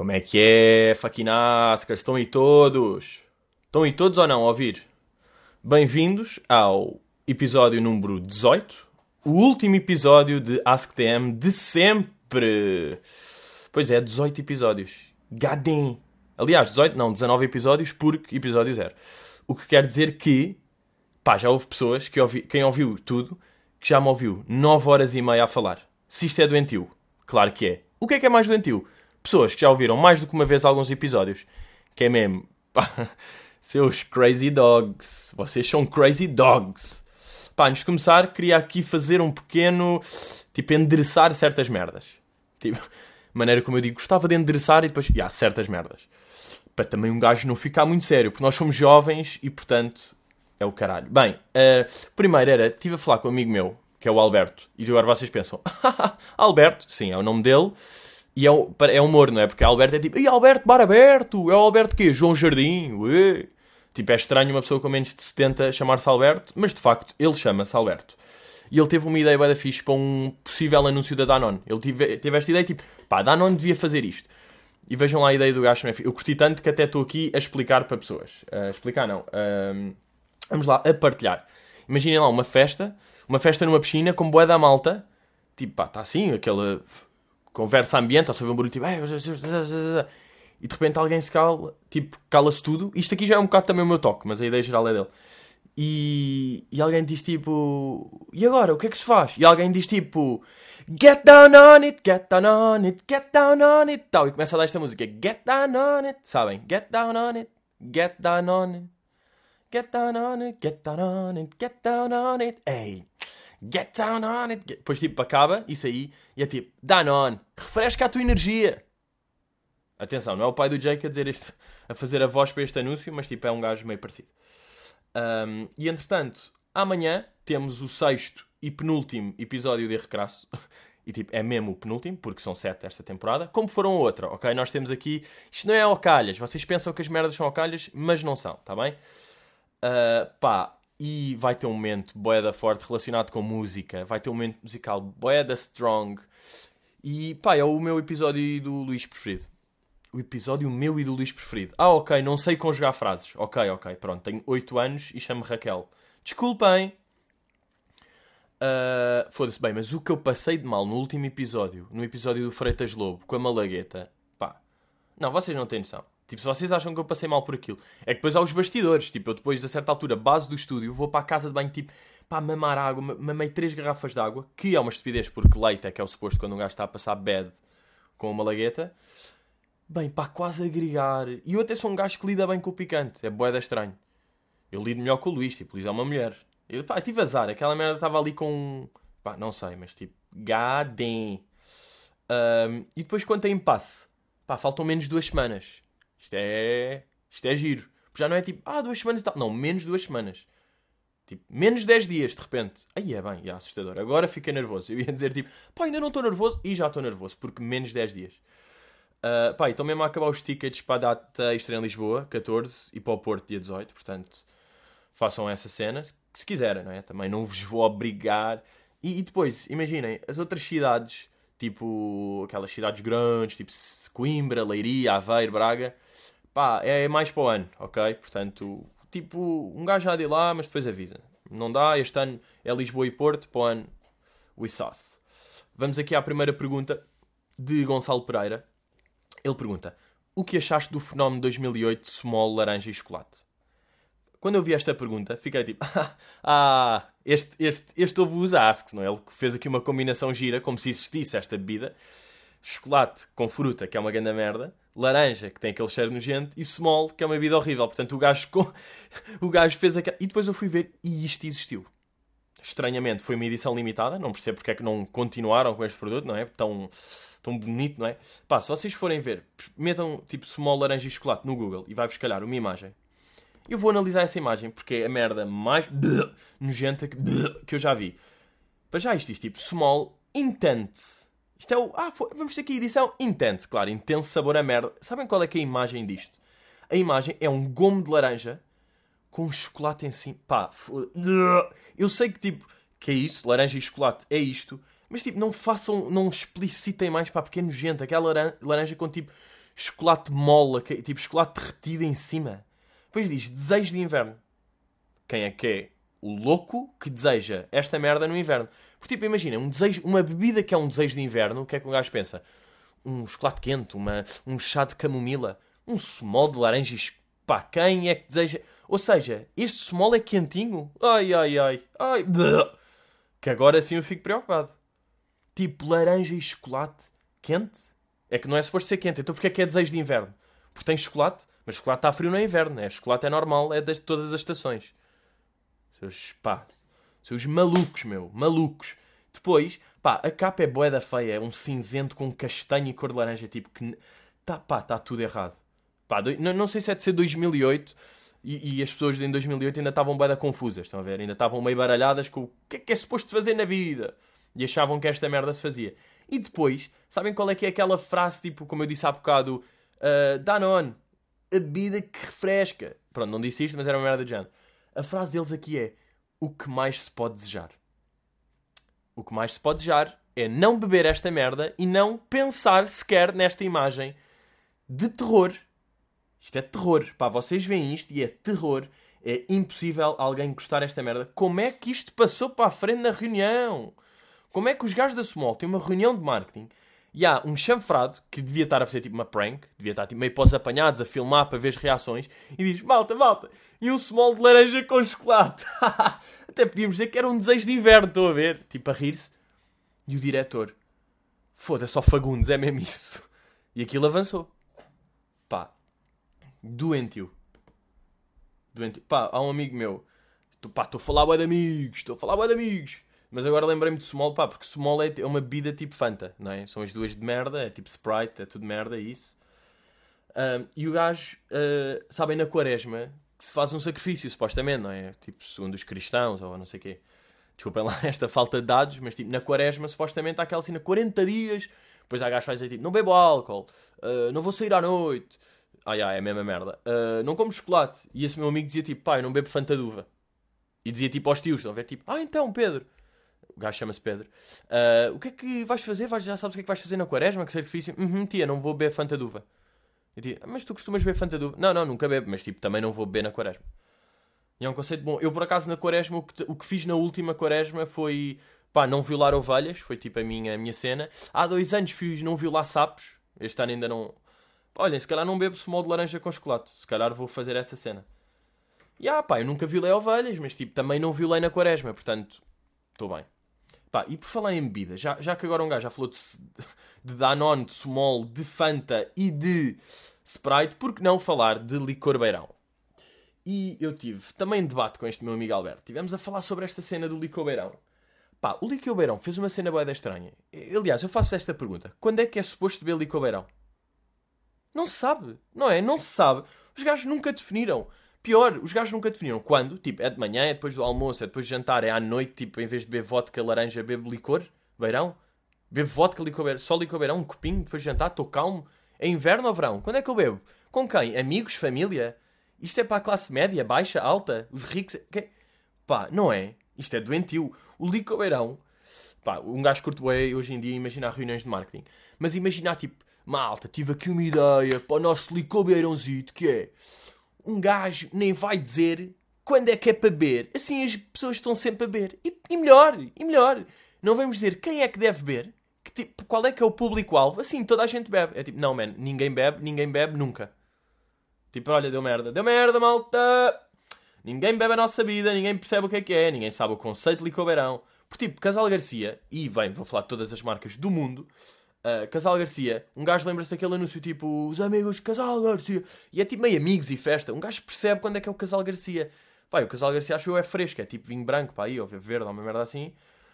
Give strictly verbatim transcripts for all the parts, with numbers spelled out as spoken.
Como é que é, fucking Ascars? Estão aí todos? Estão aí todos ou não a ouvir? Bem-vindos ao episódio número dezoito, o último episódio de AskTM de sempre. Pois é, dezoito episódios. Gadem. Aliás, dezoito não, dezanove episódios porque episódio zero. O que quer dizer que, pá, já houve pessoas, que ouvi, quem ouviu tudo, que já me ouviu nove horas e meia a falar. Se isto é doentio, claro que é. O que é que é mais doentio? Pessoas que já ouviram mais do que uma vez alguns episódios. Que é mesmo, pá, seus crazy dogs. Vocês são crazy dogs. Pá, antes de começar, queria aqui fazer um pequeno, tipo, endereçar certas merdas. Tipo, maneira como eu digo, gostava de endereçar e depois, já, yeah, certas merdas. Para também um gajo não ficar muito sério, porque nós somos jovens e, portanto, é o caralho. Bem, uh, primeiro era, estive a falar com um amigo meu, que é o Alberto, e agora vocês pensam, Alberto, sim, é o nome dele, e é, um, é humor, não é? Porque Alberto é tipo, e Alberto Bar Aberto, é o Alberto quê? João Jardim, ué. Tipo, é estranho uma pessoa com menos de setenta chamar-se Alberto, mas de facto, ele chama-se Alberto. E ele teve uma ideia bué da fixe para um possível anúncio da Danone. Ele tive, teve esta ideia, tipo, pá, Danone devia fazer isto. E vejam lá a ideia do gajo. Eu curti tanto que até estou aqui a explicar para pessoas. Uh, explicar não. Uh, vamos lá, a partilhar. Imaginem lá uma festa, uma festa numa piscina com bué da malta. Tipo, pá, está assim, aquela conversa ambiente, ou se ouvir um barulho, tipo... E de repente alguém se cala, tipo, cala-se tudo. Isto aqui já é um bocado também o meu toque, mas a ideia geral é dele. E, e alguém diz tipo... E agora, o que é que se faz? E alguém diz tipo... Get down on it, get down on it, get down on it. Tal, e começa a dar esta música. Get down on it, sabem? Get down on it, get down on it. Get down on it, get down on it, get down on it. Ei, get down on it. Get... Depois tipo acaba, isso aí, e é tipo... Danone, refresca a tua energia. Atenção, não é o pai do Jake a dizer isto, a fazer a voz para este anúncio, mas tipo é um gajo meio parecido. Um, e entretanto, amanhã temos o sexto e penúltimo episódio de Recrasso. E tipo, é mesmo o penúltimo, porque são sete esta temporada, como foram outra, ok? Nós temos aqui, isto não é ao calhas, vocês pensam que as merdas são ao calhas, mas não são, tá bem? Uh, pá, e vai ter um momento boeda forte relacionado com música, vai ter um momento musical boeda strong. E pá, é o meu episódio do Luís preferido. O episódio meu e do Luís preferido. Ah, ok, não sei conjugar frases. Ok, ok, pronto. Tenho oito anos e chamo-me Raquel. Desculpem. Uh, Foda-se bem, mas o que eu passei de mal no último episódio, no episódio do Freitas Lobo, com a Malagueta, pá. Não, vocês não têm noção. Tipo, se vocês acham que eu passei mal por aquilo, é que depois há os bastidores. Tipo, eu depois, a certa altura, base do estúdio, vou para a casa de banho, tipo, pá, mamar água, mamei três garrafas de água, que é uma estupidez, porque leite é que é o suposto quando um gajo está a passar bad com uma Malagueta. Bem, pá, quase a agregar. E eu até sou um gajo que lida bem com o picante. É bué da estranho. Eu lido melhor com o Luís. Tipo, o Luís é uma mulher. Eu, pá, tive azar. Aquela merda estava ali com... Pá, não sei, mas tipo... Gadem. Um, e depois quanto a impasse? Pá, faltam menos duas semanas. Isto é... Isto é giro. Porque já não é tipo... Ah, duas semanas e tal. Não, menos duas semanas. Tipo, menos dez dias, de repente. Aí é bem, é assustador. Agora fica nervoso. Eu ia dizer tipo... Pá, ainda não estou nervoso. E já estou nervoso. Porque menos dez dias. Uh, pá, estão mesmo a acabar os tickets para a data extra em Lisboa, catorze, e para o Porto, dia dezoito. Portanto, façam essa cena, se, se quiserem, não é? Também não vos vou obrigar. E, e depois, imaginem, as outras cidades, tipo, aquelas cidades grandes, tipo Coimbra, Leiria, Aveiro, Braga, pá, é mais para o ano, ok? Portanto, tipo, um gajo já de lá, mas depois avisa. Não dá, este ano é Lisboa e Porto, para o ano, we sauce. Vamos aqui à primeira pergunta de Gonçalo Pereira. Ele pergunta, o que achaste do fenómeno dois mil e oito Small, laranja e chocolate? Quando eu vi esta pergunta, fiquei tipo, ah, este, este, este houve os asks, não é? Ele fez aqui uma combinação gira, como se existisse esta bebida. Chocolate com fruta, que é uma grande merda. Laranja, que tem aquele cheiro nojento. E Small, que é uma bebida horrível. Portanto, o gajo, com... o gajo fez aquela... E depois eu fui ver, e isto existiu. Estranhamente, foi uma edição limitada. Não percebo porque é que não continuaram com este produto, não é? Tão... tão bonito, não é? Pá, se vocês forem ver, metam tipo Small, laranja e chocolate no Google e vai-vos calhar uma imagem. Eu vou analisar essa imagem porque é a merda mais nojenta que, que eu já vi. Para já isto diz tipo Small Intense. Isto é o... Ah, foi... vamos ter aqui a edição Intense. Claro, intenso sabor a merda. Sabem qual é que é a imagem disto? A imagem é um gomo de laranja com chocolate em cima. Pá, eu sei que tipo, que é isso, laranja e chocolate é isto. Mas tipo, não façam, não explicitem mais, pá, porque é nojento. Aquela laranja com tipo chocolate mola, tipo chocolate derretido em cima. Depois diz desejo de inverno. Quem é que é o louco que deseja esta merda no inverno? Porque tipo, imagina, um desejo, uma bebida que é um desejo de inverno, o que é que um gajo pensa? Um chocolate quente, uma, um chá de camomila, um small de laranjas. Pá, quem é que deseja... Ou seja, este small é quentinho? Ai, ai, ai. ai bleh. Que agora sim eu fico preocupado. Tipo, laranja e chocolate quente? É que não é suposto ser quente. Então porquê é que é desejo de inverno? Porque tem chocolate, mas chocolate está frio no inverno. É? Chocolate é normal, é de todas as estações. Seus, pá, seus malucos, meu. Malucos. Depois, pá, a capa é bué da feia. É um cinzento com castanho e cor de laranja. Tipo, que... Tá, pá, está tudo errado. Pá, do... não, não sei se é de ser dois mil e oito e, e as pessoas em dois mil e oito ainda estavam bué da confusas. Estão a ver? Ainda estavam meio baralhadas com o que é que é suposto fazer na vida. E achavam que esta merda se fazia. E depois, sabem qual é que é aquela frase, tipo, como eu disse há bocado, uh, Danone, a bebida que refresca. Pronto, não disse isto, mas era uma merda de género. A frase deles aqui é, o que mais se pode desejar? O que mais se pode desejar é não beber esta merda e não pensar sequer nesta imagem de terror. Isto é terror. Pá, vocês veem isto e é terror. É impossível alguém gostar desta merda. Como é que isto passou para a frente na reunião? Como é que os gajos da Small têm uma reunião de marketing e há um chanfrado que devia estar a fazer tipo uma prank, devia estar tipo, meio pós apanhados a filmar para ver as reações e diz, malta, malta, e um Small de laranja com chocolate. Até podíamos dizer que era um desejo de inverno, estou a ver? Tipo a rir-se. E o diretor, foda-se, só Fagundes, é mesmo isso. E aquilo avançou. Pá, doentio. Doentio. Pá, há um amigo meu, pá, estou a falar bué de amigos, estou a falar bué de amigos. Mas agora lembrei-me de Small, pá, porque Small é uma bebida tipo Fanta, não é? São as duas de merda, é tipo Sprite, é tudo merda, é isso. Um, e o gajo, uh, sabem, na quaresma, que se faz um sacrifício, supostamente, não é? Tipo, segundo os cristãos, ou não sei o quê. Desculpem lá esta falta de dados, mas tipo, na quaresma, supostamente, há aquela cena, quarenta dias, depois há gajo que faz tipo, não bebo álcool, uh, não vou sair à noite. Ai, ai, é a mesma merda. Uh, não como chocolate. E esse meu amigo dizia tipo, pá, eu não bebo Fanta de uva. E dizia tipo aos tios, estão a ver? Tipo, ah, então, Pedro... O gajo chama-se Pedro. Uh, o que é que vais fazer? Vais, já sabes o que é que vais fazer na quaresma? Que sacrifício? Uhum, tia, não vou beber Fanta de uva. Eu tia, mas tu costumas beber Fanta de uva? Não, não, nunca bebo, mas tipo, também não vou beber na quaresma. E é um conceito bom. Eu, por acaso, na quaresma, o que, o que fiz na última quaresma foi, pá, não violar ovelhas. Foi tipo a minha, a minha cena. Há dois anos fiz não violar sapos. Este ano ainda não... Olhem, se calhar não bebo small de laranja com chocolate. Se calhar vou fazer essa cena. E ah, pá, eu nunca violei ovelhas, mas tipo, também não violei na quaresma. Portanto, estou bem. Pá, e por falar em bebida, já, já que agora um gajo já falou de, de Danone, de Small, de Fanta e de Sprite, por que não falar de licor beirão? E eu tive também debate com este meu amigo Alberto. Tivemos a falar sobre esta cena do licor beirão. Pá, o licor beirão fez uma cena bué da estranha. Aliás, eu faço esta pergunta. Quando é que é suposto beber licor beirão? Não se sabe, não é? Não se sabe. Os gajos nunca definiram. Pior, os gajos nunca definiram quando. Tipo, é de manhã, é depois do almoço, é depois do jantar, é à noite. Tipo, em vez de beber vodka, laranja, bebo licor, beirão. Bebo vodka, licor, beirão. Só licor, beirão, um copinho, depois do jantar, estou calmo. É inverno ou verão? Quando é que eu bebo? Com quem? Amigos? Família? Isto é para a classe média, baixa, alta? Os ricos? Que... Pá, não é? Isto é doentio. O licor, beirão... Pá, um gajo curto bem hoje em dia imaginar reuniões de marketing. Mas imaginar, tipo, malta, tive aqui uma ideia para o nosso licor beirãozito, que é... Um gajo nem vai dizer quando é que é para beber. Assim as pessoas estão sempre a beber. E, e melhor, e melhor. Não vamos dizer quem é que deve beber. Que, tipo, qual é que é o público-alvo. Assim, toda a gente bebe. É tipo, não, man, ninguém bebe, ninguém bebe nunca. Tipo, olha, deu merda. Deu merda, malta. Ninguém bebe a nossa vida, ninguém percebe o que é que é. Ninguém sabe o conceito de licor beirão. Por tipo, Casal Garcia, e bem, vou falar de todas as marcas do mundo... Uh, Casal Garcia, um gajo lembra-se daquele anúncio tipo os amigos de Casal Garcia e é tipo meio amigos e festa. Um gajo percebe quando é que é o Casal Garcia. Vai, o Casal Garcia acho eu é fresco, é tipo vinho branco, pá, aí, ou verde, ou uma merda assim.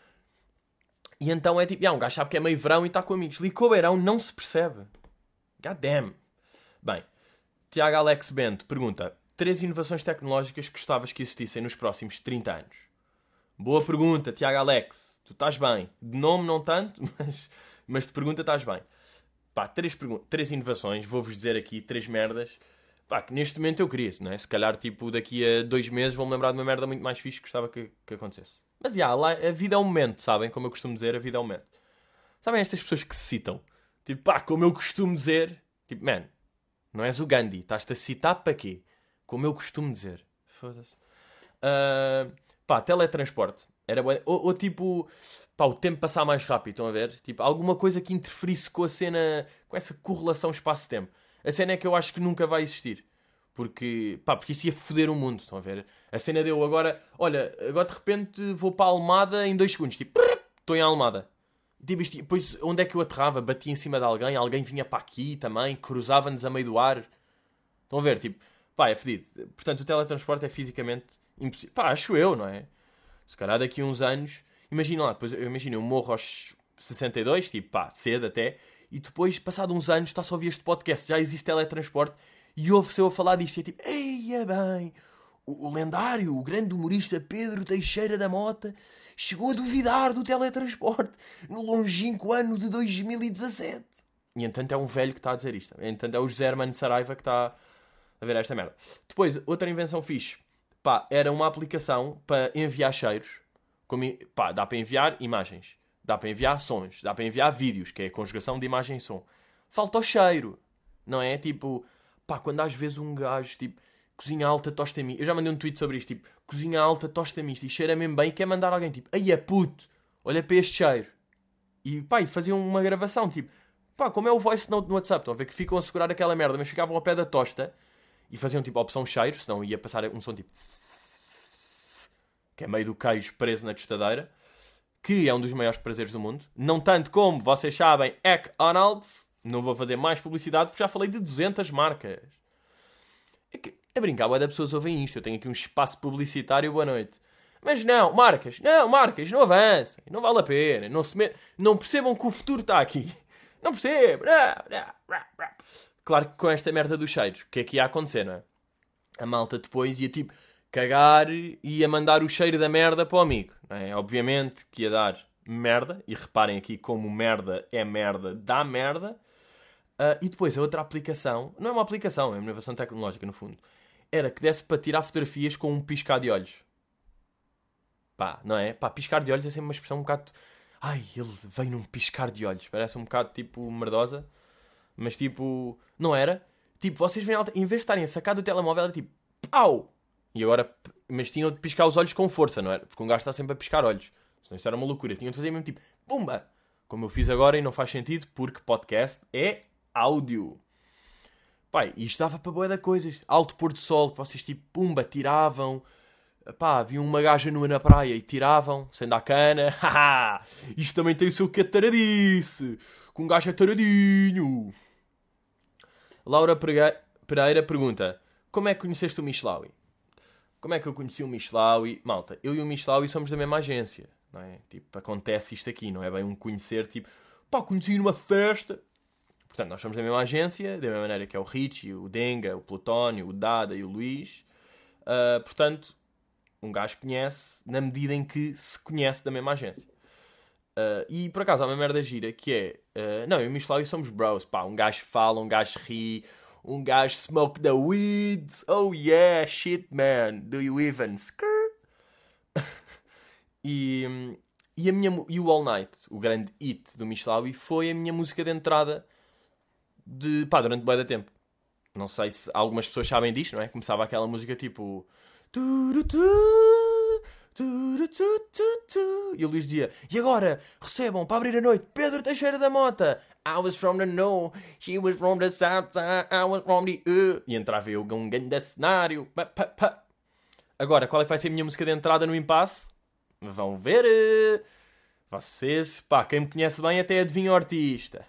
E então é tipo, yeah, um gajo sabe que é meio verão e está com amigos. Licor beirão não se percebe. God damn. Bem, Tiago Alex Bento pergunta: três inovações tecnológicas que gostavas que existissem nos próximos trinta anos? Boa pergunta, Tiago Alex. Tu estás bem. De nome não tanto, mas... Mas de pergunta estás bem. Pá, três, pergun- três inovações, vou-vos dizer aqui, três merdas. Pá, que neste momento eu queria, não é? Se calhar, tipo, daqui a dois meses vou-me lembrar de uma merda muito mais fixe que gostava que, que acontecesse. Mas, já, lá, a vida é um momento, sabem? Como eu costumo dizer, a vida é um momento. Sabem estas pessoas que se citam? Tipo, pá, como eu costumo dizer... Tipo, man, Não és o Gandhi. Estás-te a citar para quê? Como eu costumo dizer. Foda-se. Uh, pá, teletransporte. Era bué- ou, ou tipo... Pá, o tempo passar mais rápido, estão a ver? Tipo, alguma coisa que interferisse com a cena... Com essa correlação espaço-tempo. A cena é que eu acho que nunca vai existir. Porque, pá, porque isso ia foder o mundo, estão a ver? A cena deu agora... Olha, agora de repente vou para a Almada em dois segundos. Tipo, estou em Almada. Tipo, isto, depois, onde é que eu aterrava? Batia em cima de alguém, alguém vinha para aqui também, cruzava-nos a meio do ar. Estão a ver? Tipo, pá, é fedido. Portanto, o teletransporte é fisicamente impossível. Pá, acho eu, não é? Se calhar daqui a uns anos... Imagina lá, depois eu imagino, eu morro aos sessenta e dois, tipo, pá, cedo até, e depois, passado uns anos, está só a ouvir este podcast, já existe teletransporte, e ouve-se eu a falar disto, e é tipo, eia bem, o, o lendário, o grande humorista Pedro Teixeira da Mota chegou a duvidar do teletransporte no longínquo ano de dois mil e dezassete. E entanto é um velho que está a dizer isto. Entanto é o José Hermano Saraiva que está a ver esta merda. Depois, outra invenção fixe, pá, era uma aplicação para enviar cheiros. Como, pá, dá para enviar imagens, dá para enviar sons, dá para enviar vídeos, que é a conjugação de imagem e som. Falta o cheiro, não é? Tipo, pá, quando às vezes um gajo, tipo, cozinha alta, tosta mista. Eu já mandei um tweet sobre isto, tipo, cozinha alta, tosta mista e cheira mesmo bem e quer mandar alguém, tipo, ai é puto, olha para este cheiro. E, pá, e faziam uma gravação, tipo, pá, como é o voice note no WhatsApp, estão a ver que ficam a segurar aquela merda, mas ficavam ao pé da tosta e faziam, tipo, a opção cheiro, senão ia passar um som, tipo, que é meio do queijo preso na tostadeira, que é um dos maiores prazeres do mundo. Não tanto como, vocês sabem, McDonald's. Não vou fazer mais publicidade porque já falei de duzentas marcas. É que, a brincar, bué de pessoas ouvem isto. Eu tenho aqui um espaço publicitário, boa noite. Mas não, marcas, não, marcas, não avancem. Não vale a pena. Não, se me... não percebam que o futuro está aqui. Não percebam. Não, não, não. Claro que com esta merda dos cheiros, o que é que ia acontecer, não é? A malta depois ia tipo... cagar e ia mandar o cheiro da merda para o amigo. Não é? Obviamente que ia dar merda, e reparem aqui como merda é merda, dá merda. Uh, e depois a outra aplicação, não é uma aplicação, é uma inovação tecnológica no fundo, era que desse para tirar fotografias com um piscar de olhos. Pá, não é? Pá, piscar de olhos é sempre uma expressão um bocado... Ai, ele veio num piscar de olhos. Parece um bocado tipo merdosa, mas tipo... Não era? Tipo, vocês veem alta... Em vez de estarem a sacar do telemóvel, era tipo... Pau! E agora, mas tinham de piscar os olhos com força, não era? Porque um gajo está sempre a piscar olhos. Senão isto era uma loucura. Tinham de fazer mesmo tipo, pumba! Como eu fiz agora e não faz sentido, porque podcast é áudio. Pai, isto dava para bué de coisas. Alto pôr do sol, que vocês tipo, pumba, tiravam. Pá, viam uma gaja nua na praia e tiravam, sem dar cana. Haha! Isto também tem o seu cataradice. Que um gajo é taradinho. Laura Pereira pergunta, como é que conheceste o Michelawi? Como é que eu conheci o Michelawi? Malta, eu e o Michelawi somos da mesma agência, não é? Tipo, acontece isto aqui, não é bem um conhecer, tipo, pá, conheci numa festa. Portanto, nós somos da mesma agência, da mesma maneira que é o Richie, o Denga, o Plutónio, o Dada e o Luís. Uh, portanto, um gajo conhece na medida em que se conhece da mesma agência. Uh, e, por acaso, há uma merda gira que é... Uh, não, eu e o Michelawi somos bros, pá, um gajo fala, um gajo ri... Um gajo smoke the weed. Oh yeah, shit man. Do you even skrr? e, e, a minha, e o All Night, o grande hit do Michelawi, foi a minha música de entrada de, pá, durante bué de tempo. Não sei se algumas pessoas sabem disto, não é? Começava aquela música tipo... E o Luís dizia, e agora recebam para abrir a noite Pedro Teixeira da Mota. I was from the no, she was from the south side, I was from the uh. E entrava eu com um grande cenário. Pa, pa, pa. Agora, qual é que vai ser a minha música de entrada no impasse? Vão ver. Vocês, pá, quem me conhece bem até adivinha o artista.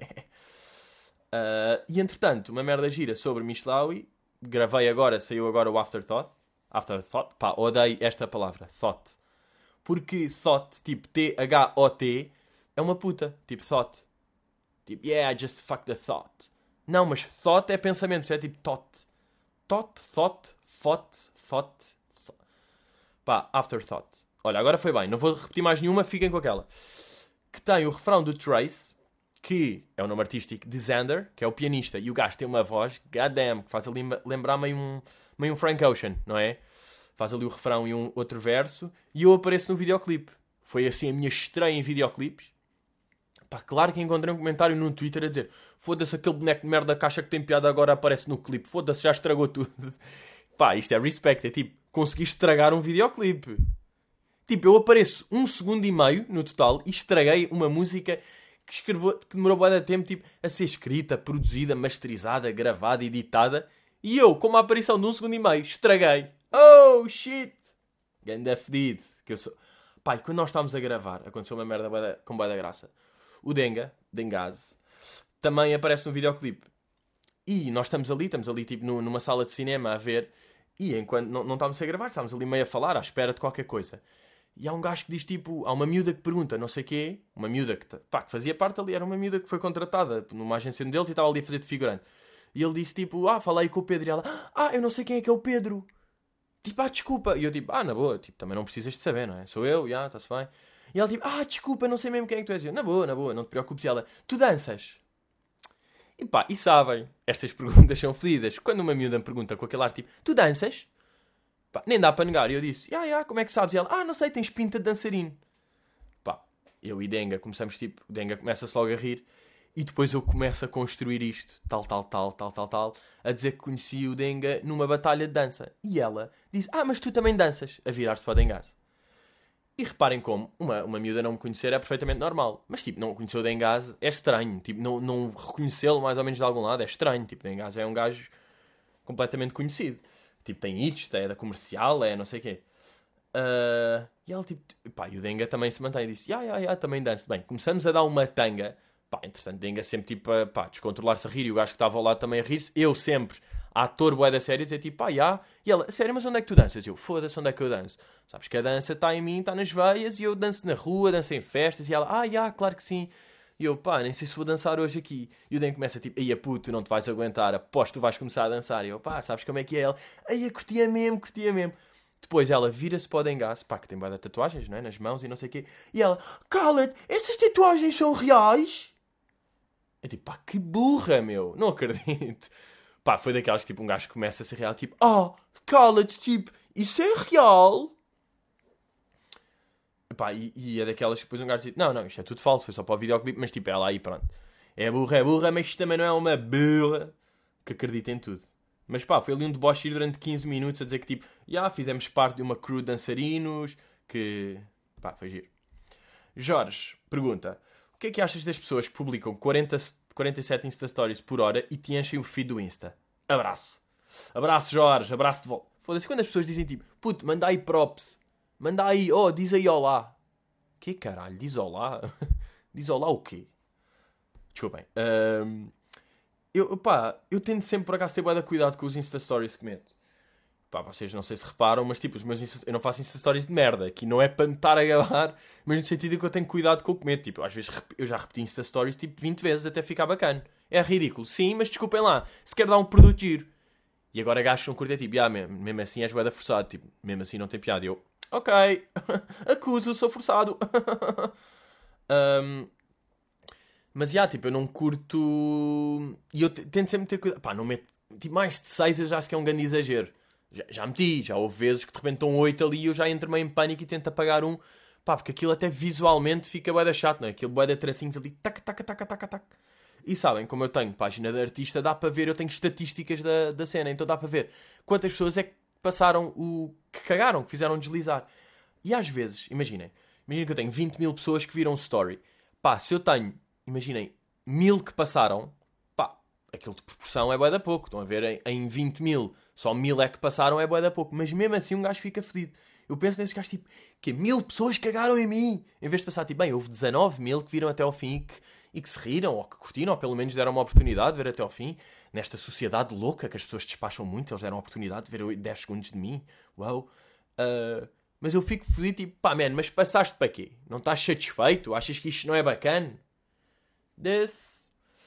uh, e entretanto, uma merda gira sobre Michelawi. Gravei agora, saiu agora o Afterthought. Afterthought, pá, odeio esta palavra, thought. Porque thought, tipo T H O T, é uma puta, tipo thought. Tipo, yeah, I just fucked the thought. Não, mas thought é pensamento, é tipo thought. Thought, thought, thought, thought, thought. Pá, afterthought. Olha, agora foi bem, não vou repetir mais nenhuma, fiquem com aquela. Que tem o refrão do Trace, que é o nome artístico de Xander, que é o pianista, e o gajo tem uma voz, goddamn, que faz ali lembrar meio um... meio um Frank Ocean, não é? Faz ali o refrão e um outro verso. E eu apareço no videoclipe. Foi assim a minha estreia em videoclipes. Pá, claro que encontrei um comentário no Twitter a dizer foda-se, aquele boneco de merda da caixa que tem piada agora aparece no clipe. Foda-se, já estragou tudo. Pá, isto é respect. É tipo, consegui estragar um videoclipe. Tipo, eu apareço um segundo e meio no total e estraguei uma música que, escreveu, que demorou bué de tempo tipo, a ser escrita, produzida, masterizada, gravada, editada. E eu, com uma aparição de um segundo e meio, estraguei. Oh, shit! Ganda fedido. Que eu sou... Pá, e quando nós estávamos a gravar, aconteceu uma merda bué de, com bué da graça. O Denga, Dengase, também aparece no videoclipe. E nós estamos ali, estamos ali tipo no, numa sala de cinema a ver. E enquanto não, não estávamos a gravar, estávamos ali meio a falar, à espera de qualquer coisa. E há um gajo que diz tipo, há uma miúda que pergunta, não sei o quê, uma miúda que, pá, que fazia parte ali, era uma miúda que foi contratada numa agência deles e estava ali a fazer de figurante. E ele disse tipo, ah, fala aí com o Pedro. E ela, ah, eu não sei quem é que é o Pedro. Tipo, ah, desculpa. E eu tipo, ah, na boa, tipo, também não precisas de saber, não é? Sou eu, já, está-se bem. E ela tipo, ah, desculpa, não sei mesmo quem é que tu és. E eu, na boa, na boa, não te preocupes. E ela, tu danças? E pá, e sabem, estas perguntas são fedidas. Quando uma miúda me pergunta com aquele ar tipo, tu danças? Pá, nem dá para negar. E eu disse, ah, já, como é que sabes? E ela, ah, não sei, tens pinta de dançarino. Pá, eu e Denga começamos tipo, o Denga começa-se logo a rir. E depois eu começo a construir isto, tal, tal, tal, tal, tal, tal, a dizer que conheci o Denga numa batalha de dança. E ela diz, ah, mas tu também danças, a virar-se para o Dengase. E reparem como, uma, uma miúda não me conhecer é perfeitamente normal. Mas, tipo, não conhecer o Dengase é estranho. Tipo, não, não reconhecê-lo mais ou menos de algum lado é estranho. Tipo, o Dengase é um gajo completamente conhecido. Tipo, tem hits, é da comercial, é não sei o quê. Uh, e ela, tipo, pá, e o Denga também se mantém e disse, ah, ah, ah, também danço. Bem, começamos a dar uma tanga. Pá, entretanto, Denga sempre, tipo, a pá, descontrolar-se a rir e o gajo que estava ao lado também a rir-se. Eu sempre, ator bué da série, dizer tipo, pá, já. E ela, sério, mas onde é que tu danças? Eu, foda-se, onde é que eu danço? Sabes que a dança está em mim, está nas veias e eu danço na rua, danço em festas. E ela, ah, já, claro que sim. E eu, pá, nem sei se vou dançar hoje aqui. E o Denga começa tipo, aí a puto, não te vais aguentar, aposto que tu vais começar a dançar. E eu, pá, sabes como é que é? Ela, aí a curtia mesmo, curtia mesmo. Depois ela vira-se para o Dengase, pá, que tem bué de tatuagens, não é? Nas mãos e não sei o quê. E ela, cala-te, estas tatuagens são reais? Eu tipo, pá, que burra, meu. Não acredito. Pá, foi daquelas, tipo, um gajo que começa a ser real, tipo, ah, cala-te, tipo, isso é real? Pá, e, e é daquelas que depois um gajo diz, não, não, isto é tudo falso, foi só para o videoclipe, mas tipo, ela aí, pronto. É burra, é burra, mas isto também não é uma burra que acredita em tudo. Mas pá, foi ali um deboche durante quinze minutos a dizer que tipo, já, yeah, fizemos parte de uma crew de dançarinos, que, pá, foi giro. Jorge pergunta, o que é que achas das pessoas que publicam quarenta, quarenta e sete Insta Stories por hora e te enchem o feed do Insta? Abraço. Abraço, Jorge, abraço de volta. Foda-se, quando as pessoas dizem tipo, puto, manda aí props, manda aí, oh, diz aí olá. Que caralho, diz olá? Diz olá o quê? Desculpem. Um, eu, pá, eu tento sempre por acaso ter bué de cuidado com os Insta Stories que meto. Pá, vocês não sei se reparam, mas tipo, os meus Insta... eu não faço Insta Stories de merda, que não é para me estar a gabar, mas no sentido que eu tenho cuidado com o que meto. Tipo, às vezes eu já repeti Insta Stories tipo vinte vezes até ficar bacana. É ridículo, sim, mas desculpem lá, se quer dar um produto giro. E agora gajos não curtem, tipo, ah, mesmo, mesmo assim és bué da forçado, tipo, mesmo assim não tem piada. E eu, ok, acuso, sou forçado. um, mas já, tipo, eu não curto. E eu tento sempre ter cuidado. Pá, não meto. Tipo, mais de seis eu já acho que é um grande exagero. Já, já meti, já houve vezes que de repente estão oito ali e eu já entro meio em pânico e tento apagar um. Pá, porque aquilo até visualmente fica bué da chato, não é? Aquilo bué de tracinhos ali, tac, tac, tac, tac, tac. E sabem, como eu tenho página de artista, dá para ver, eu tenho estatísticas da, da cena, então dá para ver quantas pessoas é que passaram o... que cagaram, que fizeram deslizar. E às vezes, imaginem, imaginem que eu tenho vinte mil pessoas que viram story. Pá, se eu tenho, imaginem, mil que passaram, pá, aquilo de proporção é bué da pouco. Estão a ver, em, em vinte mil, só mil é que passaram, é bué da pouco. Mas mesmo assim um gajo fica fedido. Eu penso nesses gajos, tipo, que mil pessoas cagaram em mim. Em vez de pensar, tipo, bem, houve dezanove mil que viram até ao fim e que, e que se riram, ou que curtiram, ou pelo menos deram uma oportunidade de ver até ao fim. Nesta sociedade louca, que as pessoas despacham muito, eles deram a oportunidade de ver dez segundos de mim. Uau. Uh, mas eu fico fodido, tipo, pá, man, mas passaste para quê? Não estás satisfeito? Achas que isto não é bacana? This.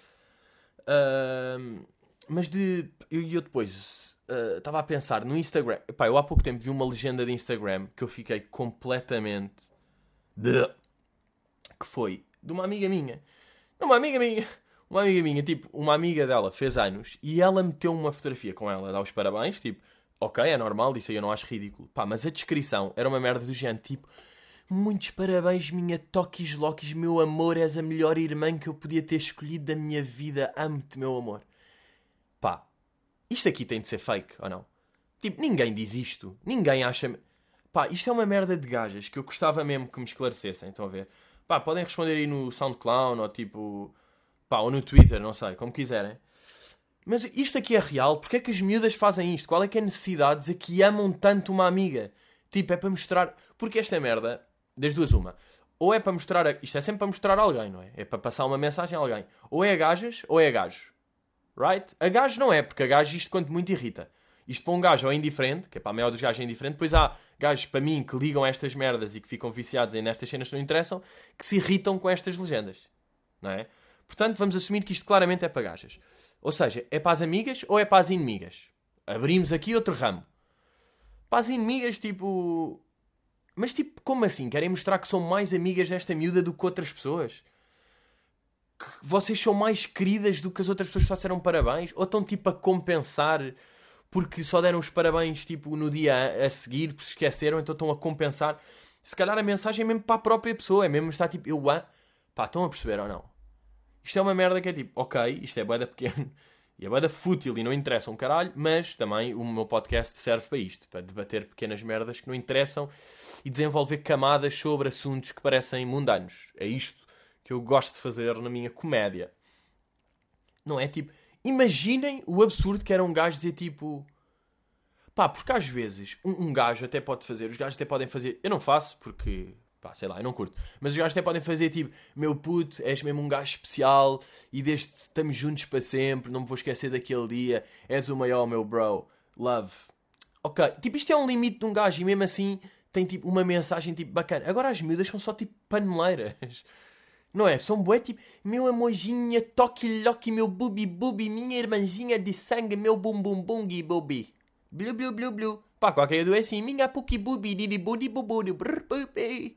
Uh, mas de... Eu, eu depois... Estava uh, a pensar no Instagram. Epá, eu há pouco tempo vi uma legenda de Instagram que eu fiquei completamente de... que foi de uma amiga minha. Uma amiga minha. Uma amiga minha, tipo, uma amiga dela fez anos e ela meteu uma fotografia com ela, dá os parabéns, tipo, ok, é normal, isso aí eu não acho ridículo. Pá, mas a descrição era uma merda do género, tipo, muitos parabéns, minha Tokis Lokis, meu amor, és a melhor irmã que eu podia ter escolhido da minha vida. Amo-te, meu amor. Pá, isto aqui tem de ser fake, ou não? Tipo, ninguém diz isto. Ninguém acha... Pá, isto é uma merda de gajas que eu gostava mesmo que me esclarecessem, estão a ver? Pá, podem responder aí no SoundCloud ou tipo... Pá, ou no Twitter, não sei, como quiserem. Mas isto aqui é real? Porque é que as miúdas fazem isto? Qual é que é a necessidade de dizer que amam tanto uma amiga? Tipo, é para mostrar... Porque esta merda, das duas uma, ou é para mostrar... A... Isto é sempre para mostrar a alguém, não é? É para passar uma mensagem a alguém. Ou é a gajas, ou é a gajo. Right? A gajo não é, porque a gajo isto quanto muito irrita. Isto para um gajo é indiferente, que é para a maior dos gajos é indiferente. Depois há gajos, para mim, que ligam a estas merdas e que ficam viciados em nestas cenas que não interessam, que se irritam com estas legendas. Não é? Portanto, vamos assumir que isto claramente é para gajas. Ou seja, é para as amigas ou é para as inimigas? Abrimos aqui outro ramo. Para as inimigas, tipo... Mas tipo, como assim? Querem mostrar que são mais amigas desta miúda do que outras pessoas? Que vocês são mais queridas do que as outras pessoas que só disseram parabéns? Ou estão tipo a compensar porque só deram os parabéns tipo no dia a, a seguir, porque se esqueceram, então estão a compensar? Se calhar a mensagem é mesmo para a própria pessoa, é mesmo estar tipo, eu amo. Pá, estão a perceber ou não? Isto é uma merda que é tipo, ok, isto é bué pequeno e é bué fútil e não interessa um caralho, mas também o meu podcast serve para isto, para debater pequenas merdas que não interessam e desenvolver camadas sobre assuntos que parecem mundanos. É isto que eu gosto de fazer na minha comédia. Não é tipo, imaginem o absurdo que era um gajo dizer tipo, pá, porque às vezes um, um gajo até pode fazer, os gajos até podem fazer, eu não faço porque... Pá, sei lá, eu não curto. Mas os gajos até podem fazer tipo, meu puto, és mesmo um gajo especial e desde que estamos juntos para sempre, não me vou esquecer daquele dia, és o maior, meu bro, love. Ok, tipo, isto é um limite de um gajo e mesmo assim tem tipo uma mensagem tipo bacana. Agora as miúdas são só tipo paneleiras. Não é? São bué tipo, meu amorzinho, toque loque, meu bubi bubi, minha irmãzinha de sangue, meu bum bum bungi bubi. Blu blu blu blu. Pá, qualquer do é assim, minha puki bubi, didi budi bubudi, brr bubi.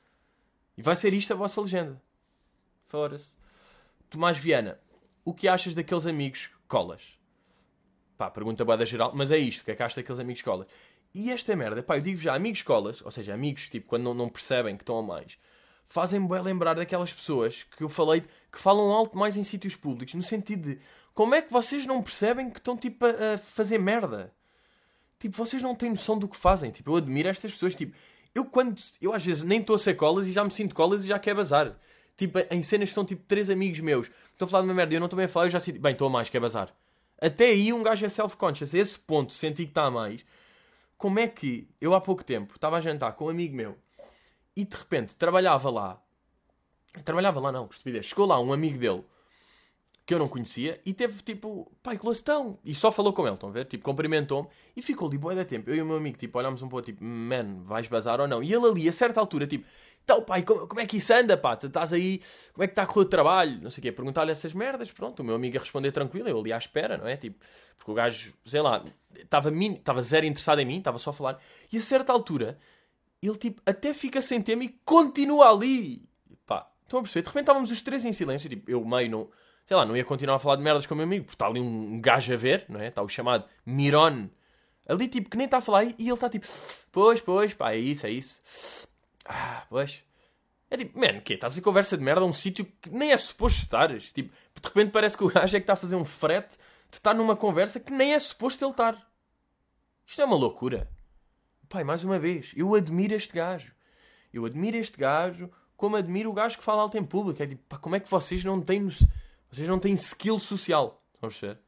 E vai ser isto a vossa legenda. Fora-se. Tomás Viana, o que achas daqueles amigos colas? Pá, pergunta boa da geral, mas é isto, o que é que achas daqueles amigos colas? E esta merda, pá, eu digo já, amigos colas, ou seja, amigos, tipo, quando não, não percebem que estão a mais, fazem-me bem lembrar daquelas pessoas que eu falei, que falam alto mais em sítios públicos, no sentido de, como é que vocês não percebem que estão, tipo, a, a fazer merda? Tipo, vocês não têm noção do que fazem. Tipo, eu admiro estas pessoas, tipo... Eu quando... Eu às vezes nem estou a ser colas e já me sinto colas e já quero bazar. Tipo, em cenas que estão tipo três amigos meus. Estão a falar de uma merda e eu não estou bem a falar, eu já sinto... Bem, estou a mais, quero bazar. Até aí um gajo é self-conscious. A esse ponto, senti que está a mais. Como é que... Eu há pouco tempo estava a jantar com um amigo meu e de repente trabalhava lá. Trabalhava lá não, que estupidez. Chegou lá um amigo dele que eu não conhecia e teve tipo... Pai, que estão? E só falou com ele, estão a ver? Tipo, cumprimentou-me e ficou ali bué da tempo. Eu e o meu amigo, tipo, olhámos um pouco, tipo, man, vais bazar ou não? E ele ali, a certa altura, tipo, então pai, como, como é que isso anda, pá? Tu estás aí, como é que está a correr o trabalho? Não sei o quê, perguntar-lhe essas merdas, pronto. O meu amigo a responder tranquilo, eu ali à espera, não é? Tipo, porque o gajo, sei lá, estava estava zero interessado em mim, estava só a falar. E a certa altura, ele tipo, até fica sem tema e continua ali. Pá, estão a perceber? De repente estávamos os três em silêncio, tipo, eu meio não... Sei lá, não ia continuar a falar de merdas com o meu amigo, porque está ali um gajo a ver, não é? Está o chamado Miron. Ali, tipo, que nem está a falar e ele está tipo... Pois, pois, pá, é isso, é isso. Ah, pois. É tipo, mano, o quê? Estás a conversa de merda a um sítio que nem é suposto estares. Tipo, de repente parece que o gajo é que está a fazer um frete de estar numa conversa que nem é suposto ele estar. Isto é uma loucura. Pai, mais uma vez, eu admiro este gajo. Eu admiro este gajo como admiro o gajo que fala alto em público. É tipo, pá, como é que vocês não têm... No... Vocês não têm skill social. Estão a perceber?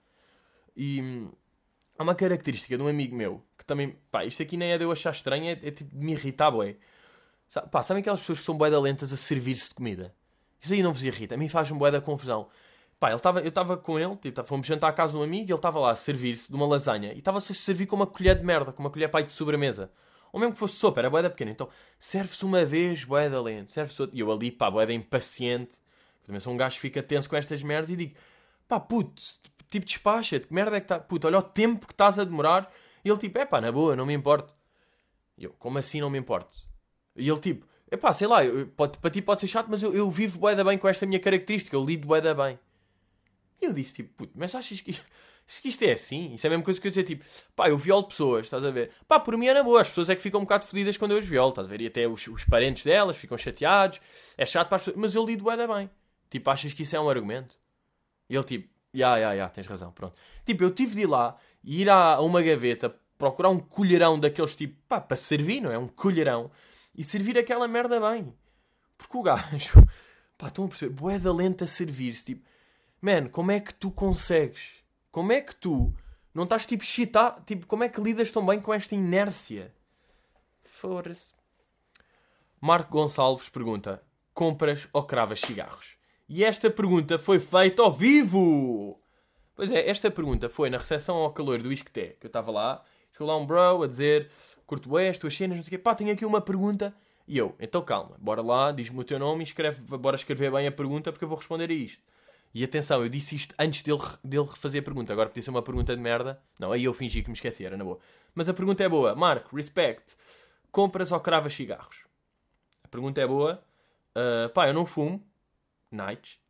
E hum, há uma característica de um amigo meu que também... Pá, isto aqui nem é de eu achar estranho, é, é tipo de me irritar, bué. Pá, sabem aquelas pessoas que são bué da lentas a servir-se de comida? Isso aí não vos irrita. A mim faz-me bué da confusão. Pá, ele tava, eu estava com ele, tipo, fomos jantar à casa de um amigo e ele estava lá a servir-se de uma lasanha. E estava-se a servir com uma colher de merda, com uma colher pai de sobremesa. Ou mesmo que fosse sopa, era bué da pequena. Então, serve-se uma vez, bué da lento. Serve-se outra. E eu ali, pá, bué da impaciente. Também sou um gajo que fica tenso com estas merdas e digo, pá, puto, tipo, despacha-te, que merda é que está... Puto, olha o tempo que estás a demorar. E ele tipo, é pá, na boa, não me importo. E eu, como assim não me importo? E ele tipo, é pá, sei lá, eu, pode, para ti pode ser chato, mas eu, eu vivo bué da bem com esta minha característica, eu lido bué da bem. E eu disse tipo, puto, mas achas que Isto, isto é assim. Isso é a mesma coisa que eu dizer, tipo, pá, eu violo pessoas, estás a ver? Pá, por mim é na boa. As pessoas é que ficam um bocado fodidas quando eu as violo, estás a ver? E até os, os parentes delas ficam chateados. É chato para as pessoas. Mas eu lido bué da bem. Tipo, achas que isso é um argumento? E ele, tipo, ya, ya, ya, tens razão, pronto. Tipo, eu tive de ir lá e ir a uma gaveta, procurar um colherão daqueles, tipo, pá, para servir, não é? Um colherão. E servir aquela merda bem. Porque o gajo, pá, estão a perceber, bué da lenta a servir-se, tipo, man, como é que tu consegues? Como é que tu não estás, tipo, chitado? Tipo, como é que lidas tão bem com esta inércia? Fora-se. Marco Gonçalves pergunta, compras ou cravas cigarros? E esta pergunta foi feita ao vivo! Pois é, esta pergunta foi na recepção ao calor do Isqueté, que eu estava lá, chegou lá um bro a dizer, curto bué as tuas cenas, não sei o quê, pá, tenho aqui uma pergunta. E eu, então calma, bora lá, diz-me o teu nome e escreve, bora escrever bem a pergunta porque eu vou responder a isto. E atenção, eu disse isto antes dele, dele refazer a pergunta. Agora podia ser uma pergunta de merda. Não, aí eu fingi que me esqueci, era na boa. Mas a pergunta é boa. Marco, respect. Compras ou cravas cigarros? A pergunta é boa. Uh, pá, eu não fumo. Nights.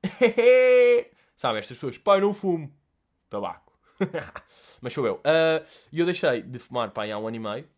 Sabe, estas pessoas, pá, eu não fumo. Tabaco. Mas sou eu. Uh, E eu deixei de fumar, pá, há um ano e meio.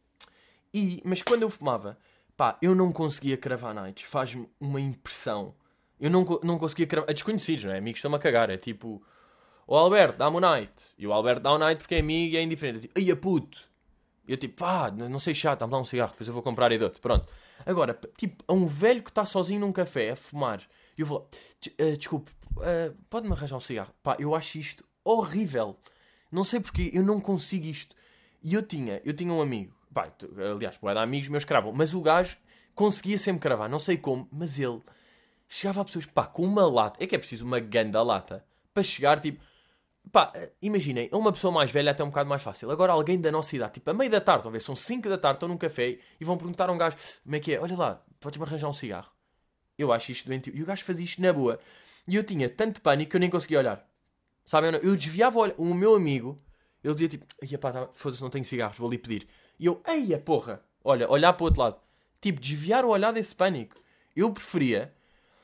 E, mas quando eu fumava... Pá, eu não conseguia cravar nights. Faz-me uma impressão. Eu não, não conseguia cravar... A desconhecidos, não é? Amigos estão-me a cagar. É tipo... O Alberto, dá-me um night. E o Alberto dá um night porque é amigo e é indiferente. É tipo... Ai, a puto. E eu tipo... Pá, não sei chato. Dá-me lá um cigarro. Depois eu vou comprar e dou-te. Pronto. Agora, tipo... A um velho que está sozinho num café a fumar. E eu vou lá... Uh, desculpe. Uh, Pode-me arranjar um cigarro? Pá, eu acho isto horrível. Não sei porquê. Eu não consigo isto. E eu tinha... Eu tinha um amigo... Pá, aliás, pode dar amigos meus cravam. Mas o gajo conseguia sempre cravar. Não sei como, mas ele chegava a pessoas, pá, com uma lata. É que é preciso uma ganda lata para chegar, tipo... Pá, imaginem, a uma pessoa mais velha até é um bocado mais fácil. Agora alguém da nossa idade, tipo, a meio da tarde, talvez são cinco da tarde, estão num café e vão perguntar a um gajo, como é que é? Olha lá, podes-me arranjar um cigarro? Eu acho isto doentio. E o gajo fazia isto na boa. E eu tinha tanto pânico que eu nem conseguia olhar. Sabem? Eu desviava o, olho... o meu amigo, ele dizia tipo, ai pá, tá... foda-se, não tenho cigarros, vou ali pedir. E eu, eia porra, olha, olhar para o outro lado. Tipo, desviar o olhar desse pânico. Eu preferia,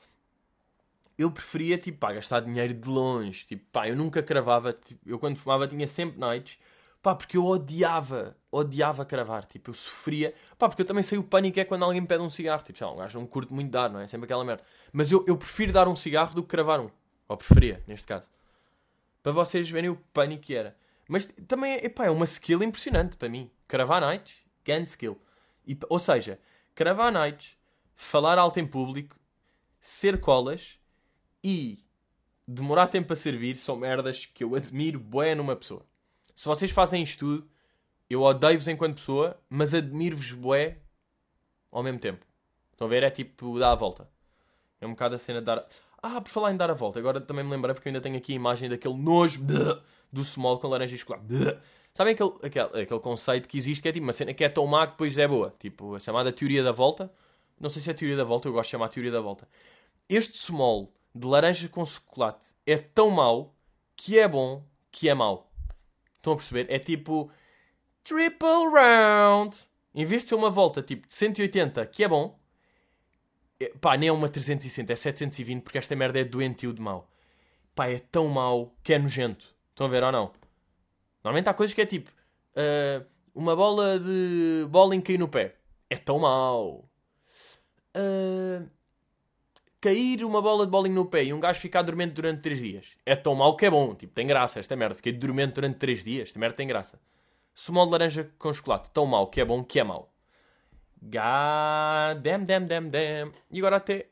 eu preferia, tipo, pá, gastar dinheiro de longe. Tipo, pá, eu nunca cravava, tipo, eu quando fumava tinha sempre nights. Pá, porque eu odiava, odiava cravar. Tipo, eu sofria. Pá, porque eu também sei o pânico é quando alguém me pede um cigarro. Tipo, sei lá, um gajo não curto muito dar, não é? Sempre aquela merda. Mas eu, eu prefiro dar um cigarro do que cravar um. Ou preferia, neste caso. Para vocês verem o pânico que era. Mas também, epá, é uma skill impressionante para mim. Cravar nights, grande skill. E, ou seja, cravar nights, falar alto em público, ser colas e demorar tempo a servir são merdas que eu admiro bué numa pessoa. Se vocês fazem isto tudo, eu odeio-vos enquanto pessoa, mas admiro-vos bué ao mesmo tempo. Estão a ver? É tipo dar a volta. É um bocado a cena de dar... Ah, por falar em dar a volta, agora também me lembrei porque eu ainda tenho aqui a imagem daquele nojo do small com laranja e chocolate. Sabem aquele, aquele, aquele conceito que existe que é tipo uma cena que é tão má que depois é boa? Tipo, a chamada teoria da volta. Não sei se é a teoria da volta, eu gosto de chamar a teoria da volta. Este small de laranja com chocolate é tão mau que é bom que é mau. Estão a perceber? É tipo triple round. Em vez de ser uma volta tipo de cento e oitenta que é bom, é, pá, nem é uma trezentos e sessenta, é setecentos e vinte porque esta merda é doentio de mau. Pá, é tão mau que é nojento. Estão a ver ou não? Normalmente há coisas que é tipo uh, uma bola de bowling cair no pé. É tão mau. Uh, cair uma bola de bowling no pé e um gajo ficar dormente durante três dias. É tão mau que é bom. Tipo, tem graça esta merda. Fiquei dormente durante três dias. Esta merda tem graça. Small de laranja com chocolate. Tão mau que é bom que é mau. God damn, damn, damn, damn. E agora até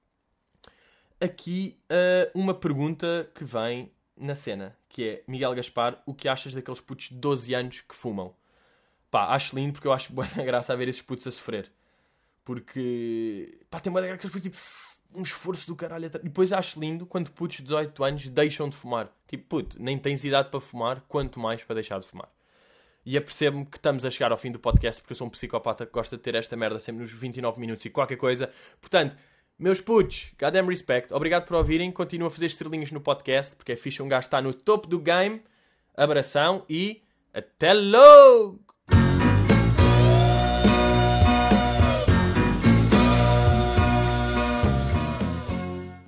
aqui uh, uma pergunta que vem na cena, que é, Miguel Gaspar, o que achas daqueles putos de doze anos que fumam? Pá, acho lindo porque eu acho boa graça a ver esses putos a sofrer. Porque, pá, tem boa graça aqueles putos, tipo, um esforço do caralho. E depois acho lindo quando putos de dezoito anos deixam de fumar. Tipo, puto, nem tens idade para fumar, quanto mais para deixar de fumar. E apercebo-me que estamos a chegar ao fim do podcast porque eu sou um psicopata que gosta de ter esta merda sempre nos vinte e nove minutos e qualquer coisa. Portanto, meus putos, goddamn respect. Obrigado por ouvirem. Continuo a fazer estrelinhas no podcast porque é fixe um gajo estar no topo do game. Abração e até logo!